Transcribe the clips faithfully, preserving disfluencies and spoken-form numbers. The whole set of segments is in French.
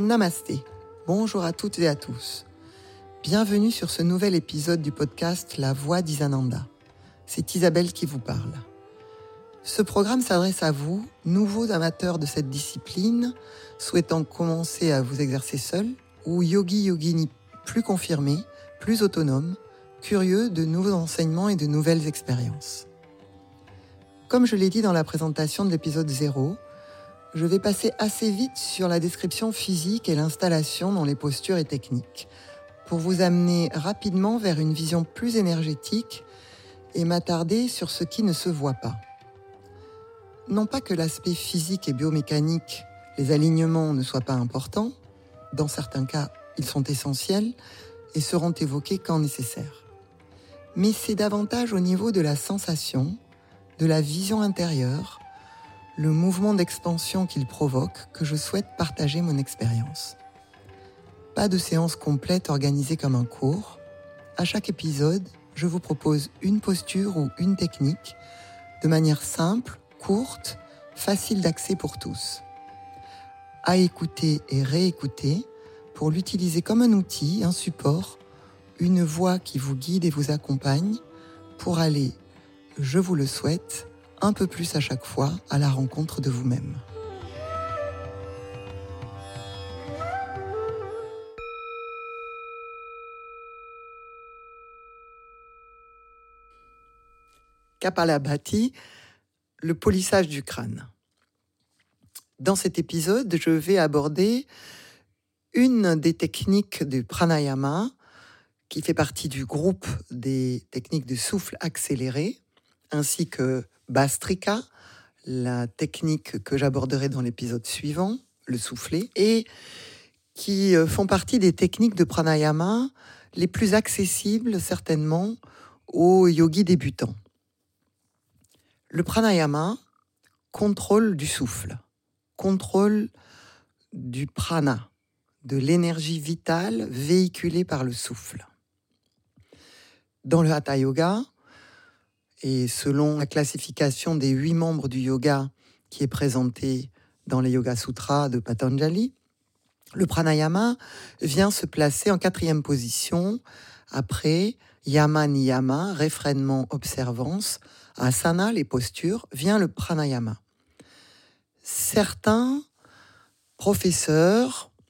Namasté, bonjour à toutes et à tous. Bienvenue sur ce nouvel épisode du podcast La Voix d'Isananda. C'est Isabelle qui vous parle. Ce programme s'adresse à vous, nouveaux amateurs de cette discipline, souhaitant commencer à vous exercer seul, ou yogi-yogini plus confirmés, plus autonomes, curieux de nouveaux enseignements et de nouvelles expériences. Comme je l'ai dit dans la présentation de l'épisode zéro, je vais passer assez vite sur la description physique et l'installation dans les postures et techniques, pour vous amener rapidement vers une vision plus énergétique et m'attarder sur ce qui ne se voit pas. Non pas que l'aspect physique et biomécanique, les alignements ne soient pas importants, dans certains cas, ils sont essentiels et seront évoqués quand nécessaire. Mais c'est davantage au niveau de la sensation, de la vision intérieure, le mouvement d'expansion qu'il provoque que je souhaite partager mon expérience. Pas de séance complète organisée comme un cours. À chaque épisode, je vous propose une posture ou une technique de manière simple, courte, facile d'accès pour tous. À écouter et réécouter pour l'utiliser comme un outil, un support, une voix qui vous guide et vous accompagne pour aller, je vous le souhaite, un peu plus à chaque fois à la rencontre de vous-même. Kapalabhati, le polissage du crâne. Dans cet épisode, je vais aborder une des techniques du pranayama qui fait partie du groupe des techniques de souffle accéléré, ainsi que Bhastrika, la technique que j'aborderai dans l'épisode suivant, le soufflet, et qui font partie des techniques de pranayama les plus accessibles certainement aux yogis débutants. Le pranayama, contrôle du souffle, contrôle du prana, de l'énergie vitale véhiculée par le souffle. Dans le Hatha Yoga, et selon la classification des huit membres du yoga qui est présentée dans les Yoga Sutras de Patanjali, le pranayama vient se placer en quatrième position après yama niyama, réfrénement, observance, asana, les postures, vient le pranayama. Certains professeurs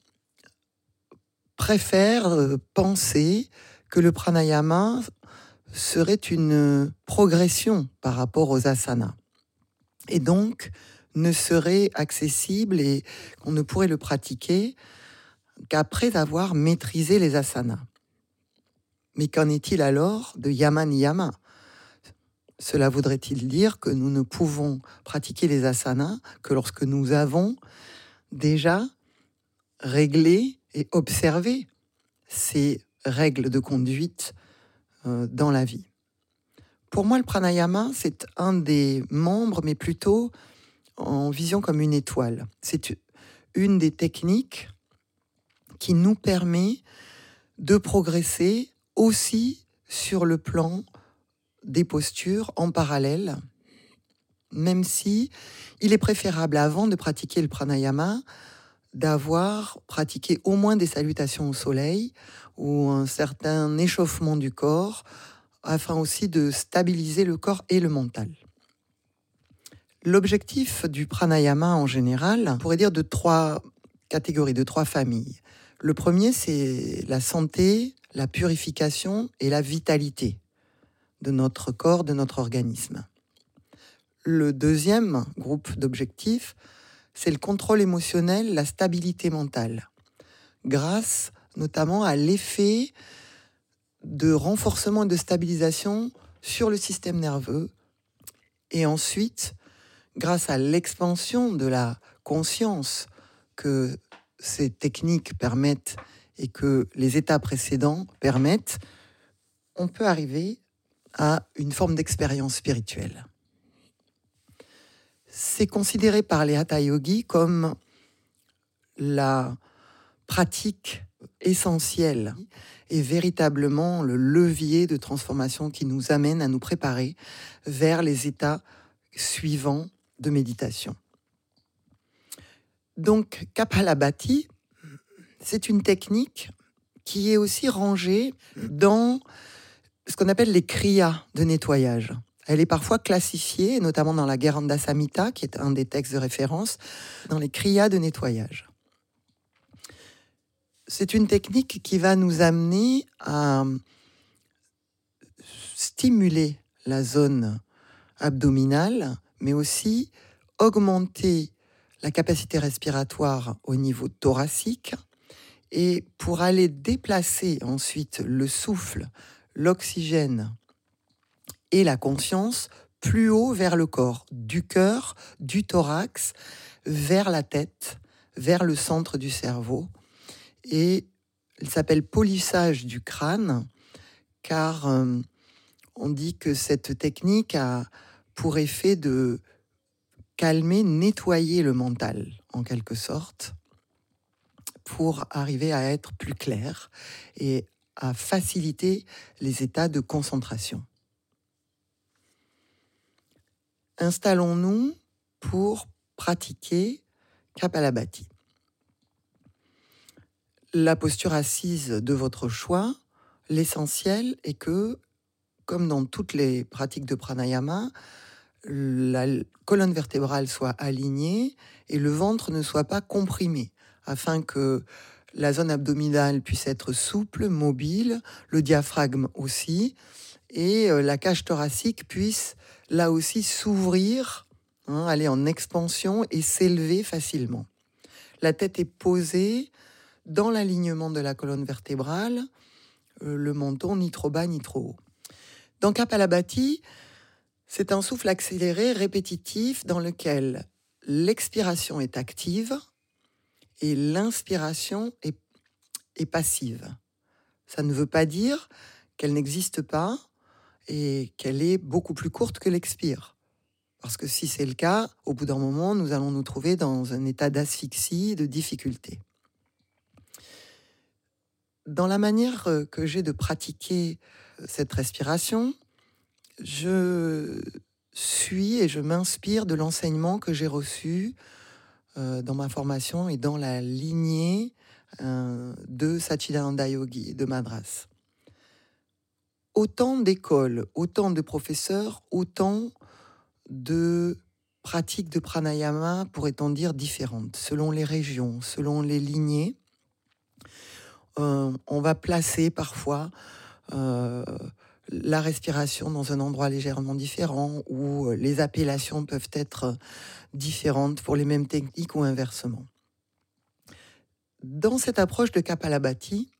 préfèrent penser que le pranayama serait une progression par rapport aux asanas et donc ne serait accessible et qu'on ne pourrait le pratiquer qu'après avoir maîtrisé les asanas. Mais qu'en est-il alors de yama niyama ? Cela voudrait-il dire que nous ne pouvons pratiquer les asanas que lorsque nous avons déjà réglé et observé ces règles de conduite dans la vie. Pour moi, le pranayama, c'est un des membres, mais plutôt en vision comme une étoile. C'est une des techniques qui nous permet de progresser aussi sur le plan des postures en parallèle, même si il est préférable, avant de pratiquer le pranayama, d'avoir pratiqué au moins des salutations au soleil ou un certain échauffement du corps, afin aussi de stabiliser le corps et le mental. L'objectif du pranayama en général, on pourrait dire de trois catégories, de trois familles. Le premier, c'est la santé, la purification et la vitalité de notre corps, de notre organisme. Le deuxième groupe d'objectifs, c'est le contrôle émotionnel, la stabilité mentale, grâce notamment à l'effet de renforcement et de stabilisation sur le système nerveux, et ensuite, grâce à l'expansion de la conscience que ces techniques permettent et que les états précédents permettent, on peut arriver à une forme d'expérience spirituelle. C'est considéré par les Hatha Yogis comme la pratique essentielle et véritablement le levier de transformation qui nous amène à nous préparer vers les états suivants de méditation. Donc, Kapalabhati, c'est une technique qui est aussi rangée dans ce qu'on appelle les kriyas de nettoyage. Elle est parfois classifiée, notamment dans la Gheranda Samhita, qui est un des textes de référence, dans les kriyas de nettoyage. C'est une technique qui va nous amener à stimuler la zone abdominale, mais aussi augmenter la capacité respiratoire au niveau thoracique, et pour aller déplacer ensuite le souffle, l'oxygène et la conscience plus haut vers le corps, du cœur, du thorax, vers la tête, vers le centre du cerveau. Et il s'appelle polissage du crâne, car euh, on dit que cette technique a pour effet de calmer, nettoyer le mental, en quelque sorte, pour arriver à être plus clair et à faciliter les états de concentration. Installons-nous pour pratiquer Kapalabhati. La posture assise de votre choix, l'essentiel est que, comme dans toutes les pratiques de pranayama, la colonne vertébrale soit alignée et le ventre ne soit pas comprimé, afin que la zone abdominale puisse être souple, mobile, le diaphragme aussi, et la cage thoracique puisse là aussi s'ouvrir, hein, aller en expansion et s'élever facilement. La tête est posée dans l'alignement de la colonne vertébrale, euh, le menton ni trop bas ni trop haut. Dans Kapalabhati, c'est un souffle accéléré, répétitif, dans lequel l'expiration est active et l'inspiration est, est passive. Ça ne veut pas dire qu'elle n'existe pas et qu'elle est beaucoup plus courte que l'expire. Parce que si c'est le cas, au bout d'un moment, nous allons nous trouver dans un état d'asphyxie, de difficulté. Dans la manière que j'ai de pratiquer cette respiration, je suis et je m'inspire de l'enseignement que j'ai reçu euh, dans ma formation et dans la lignée euh, de Satchidananda Yogi de Madras. Autant d'écoles, autant de professeurs, autant de pratiques de pranayama, pourrait-on dire, différentes, selon les régions, selon les lignées. Euh, on va placer parfois euh, la respiration dans un endroit légèrement différent, où les appellations peuvent être différentes pour les mêmes techniques ou inversement. Dans cette approche de Kapalabhati,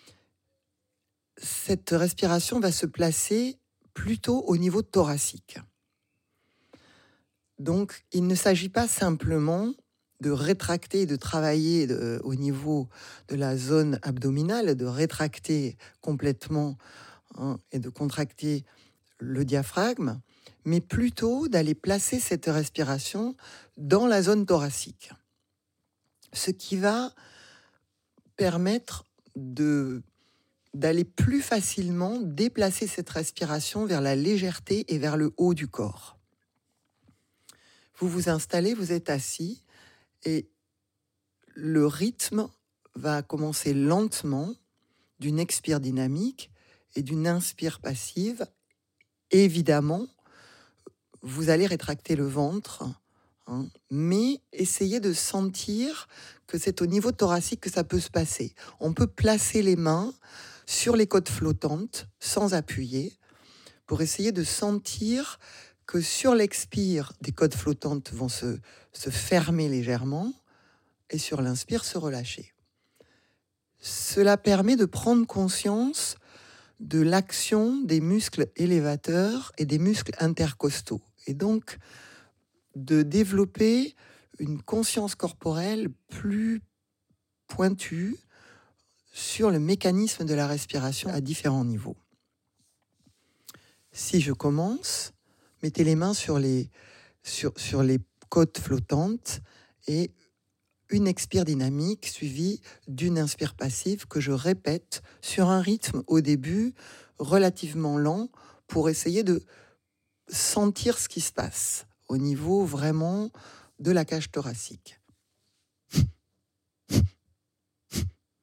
cette respiration va se placer plutôt au niveau thoracique. Donc, il ne s'agit pas simplement de rétracter, de travailler de, au niveau de la zone abdominale, de rétracter complètement hein, et de contracter le diaphragme, mais plutôt d'aller placer cette respiration dans la zone thoracique. Ce qui va permettre de, d'aller plus facilement déplacer cette respiration vers la légèreté et vers le haut du corps. Vous vous installez, vous êtes assis, et le rythme va commencer lentement d'une expire dynamique et d'une inspire passive. Évidemment, vous allez rétracter le ventre, hein, mais essayez de sentir que c'est au niveau thoracique que ça peut se passer. On peut placer les mains sur les côtes flottantes sans appuyer pour essayer de sentir que sur l'expire, des côtes flottantes vont se, se fermer légèrement et sur l'inspire se relâcher. Cela permet de prendre conscience de l'action des muscles élévateurs et des muscles intercostaux, et donc de développer une conscience corporelle plus pointue sur le mécanisme de la respiration à différents niveaux. Si je commence, mettez les mains sur les, sur, sur les côtes flottantes et une expire dynamique suivie d'une inspire passive que je répète sur un rythme au début relativement lent pour essayer de sentir ce qui se passe au niveau vraiment de la cage thoracique.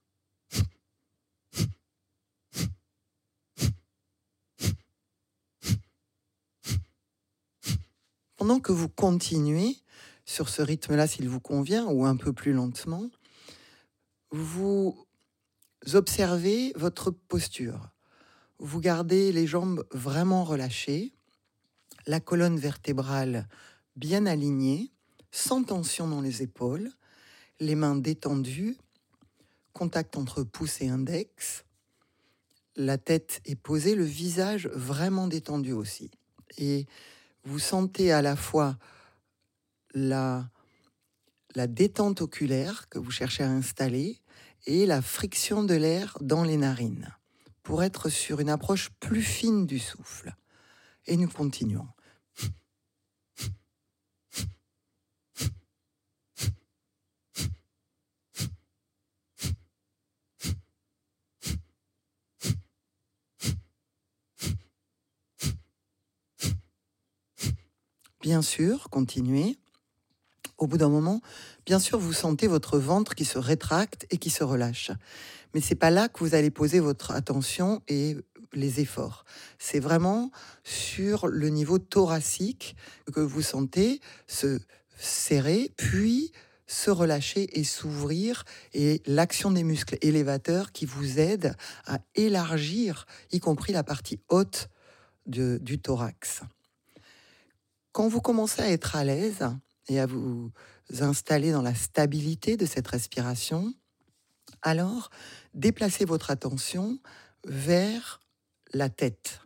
pendant que vous continuez sur ce rythme-là, s'il vous convient, ou un peu plus lentement, vous observez votre posture. Vous gardez les jambes vraiment relâchées, la colonne vertébrale bien alignée, sans tension dans les épaules, les mains détendues, contact entre pouce et index, la tête est posée, le visage vraiment détendu aussi. Et vous sentez à la fois la, la détente oculaire que vous cherchez à installer et la friction de l'air dans les narines pour être sur une approche plus fine du souffle. Et nous continuons. Bien sûr, continuez. Au bout d'un moment, bien sûr, vous sentez votre ventre qui se rétracte et qui se relâche. Mais c'est pas là que vous allez poser votre attention et les efforts. C'est vraiment sur le niveau thoracique que vous sentez se serrer, puis se relâcher et s'ouvrir, et l'action des muscles élévateurs qui vous aident à élargir, y compris la partie haute de, du thorax. Quand vous commencez à être à l'aise et à vous installer dans la stabilité de cette respiration, alors déplacez votre attention vers la tête.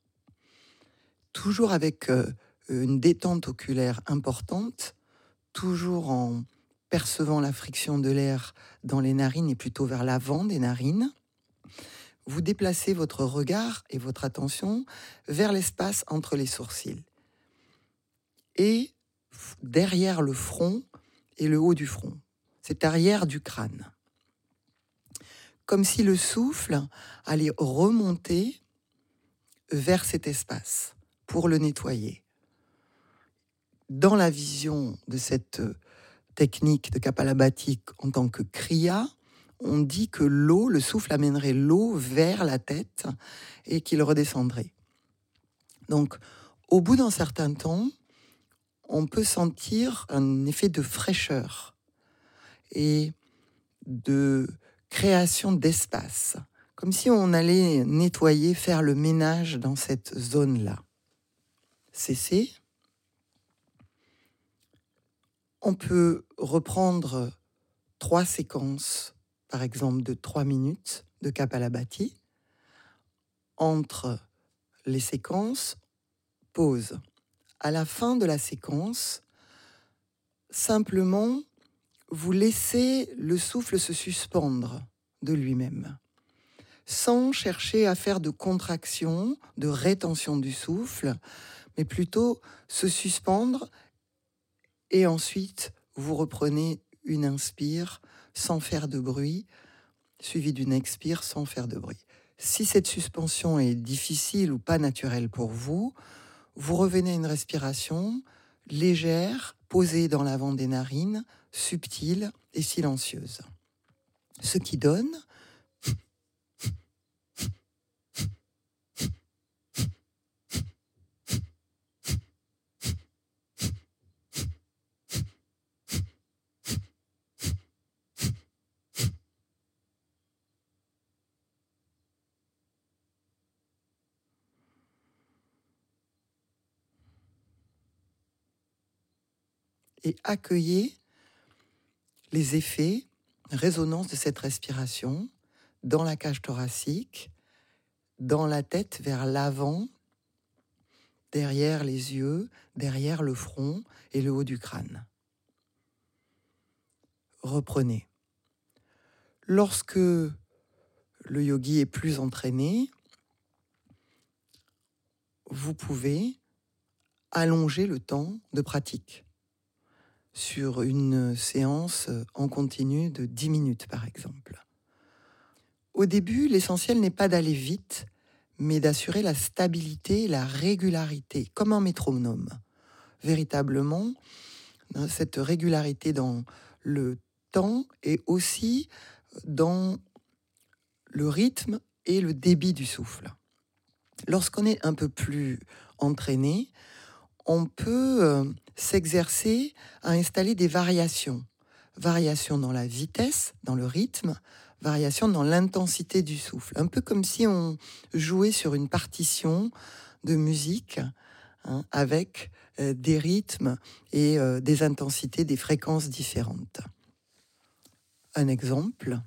Toujours avec euh, une détente oculaire importante, toujours en percevant la friction de l'air dans les narines et plutôt vers l'avant des narines. Vous déplacez votre regard et votre attention vers l'espace entre les sourcils et derrière le front et le haut du front, c'est arrière du crâne. Comme si le souffle allait remonter vers cet espace pour le nettoyer. Dans la vision de cette technique de Kapalabhati en tant que kriya, on dit que l'eau, le souffle amènerait l'eau vers la tête et qu'il redescendrait. Donc, au bout d'un certain temps, on peut sentir un effet de fraîcheur et de création d'espace, comme si on allait nettoyer, faire le ménage dans cette zone-là. Cessez. On peut reprendre trois séquences, par exemple de trois minutes de Kapalabhati. Entre les séquences, pause. À la fin de la séquence, simplement, vous laissez le souffle se suspendre de lui-même, sans chercher à faire de contraction, de rétention du souffle, mais plutôt se suspendre et ensuite vous reprenez une inspire sans faire de bruit, suivie d'une expire sans faire de bruit. Si cette suspension est difficile ou pas naturelle pour vous, vous revenez à une respiration légère, posée dans l'avant des narines, subtile et silencieuse. Ce qui donne et accueillez les effets, résonance de cette respiration dans la cage thoracique, dans la tête vers l'avant, derrière les yeux, derrière le front et le haut du crâne. Reprenez. Lorsque le yogi est plus entraîné, vous pouvez allonger le temps de pratique sur une séance en continu de dix minutes, par exemple. Au début, l'essentiel n'est pas d'aller vite, mais d'assurer la stabilité et la régularité, comme un métronome. Véritablement, cette régularité dans le temps et aussi dans le rythme et le débit du souffle. Lorsqu'on est un peu plus entraîné, on peut euh, s'exercer à installer des variations. Variations dans la vitesse, dans le rythme, variations dans l'intensité du souffle. Un peu comme si on jouait sur une partition de musique, hein, avec euh, des rythmes et euh, des intensités, des fréquences différentes. Un exemple.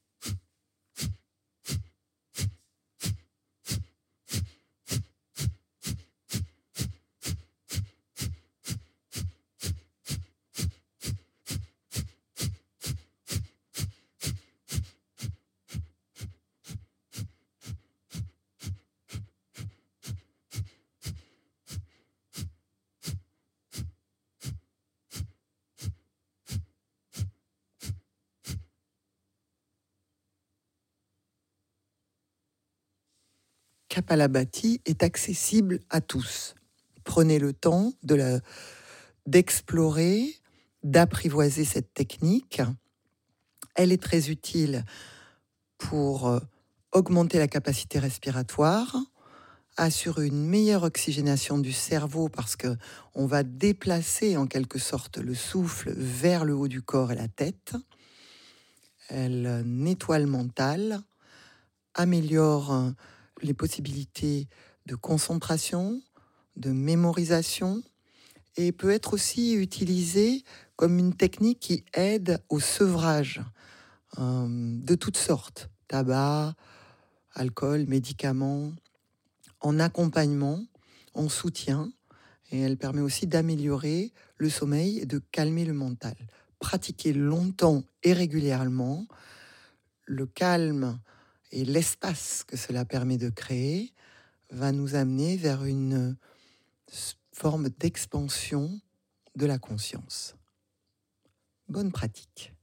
Kapalabhati est accessible à tous. Prenez le temps de la, d'explorer, d'apprivoiser cette technique. Elle est très utile pour augmenter la capacité respiratoire, assurer une meilleure oxygénation du cerveau parce qu'on va déplacer en quelque sorte le souffle vers le haut du corps et la tête. Elle nettoie le mental, améliore les possibilités de concentration, de mémorisation, et peut être aussi utilisée comme une technique qui aide au sevrage euh, de toutes sortes, tabac, alcool, médicaments, en accompagnement, en soutien, et elle permet aussi d'améliorer le sommeil et de calmer le mental. Pratiquer longtemps et régulièrement, le calme et l'espace que cela permet de créer va nous amener vers une forme d'expansion de la conscience. Bonne pratique.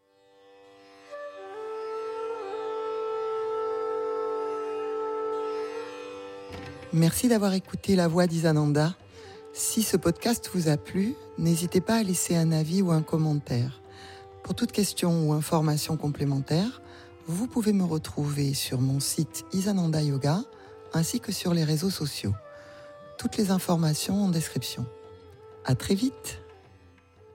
Merci d'avoir écouté La Voix d'Isananda. Si ce podcast vous a plu, n'hésitez pas à laisser un avis ou un commentaire. Pour toute question ou information complémentaire, vous pouvez me retrouver sur mon site Isananda Yoga ainsi que sur les réseaux sociaux. Toutes les informations en description. À très vite!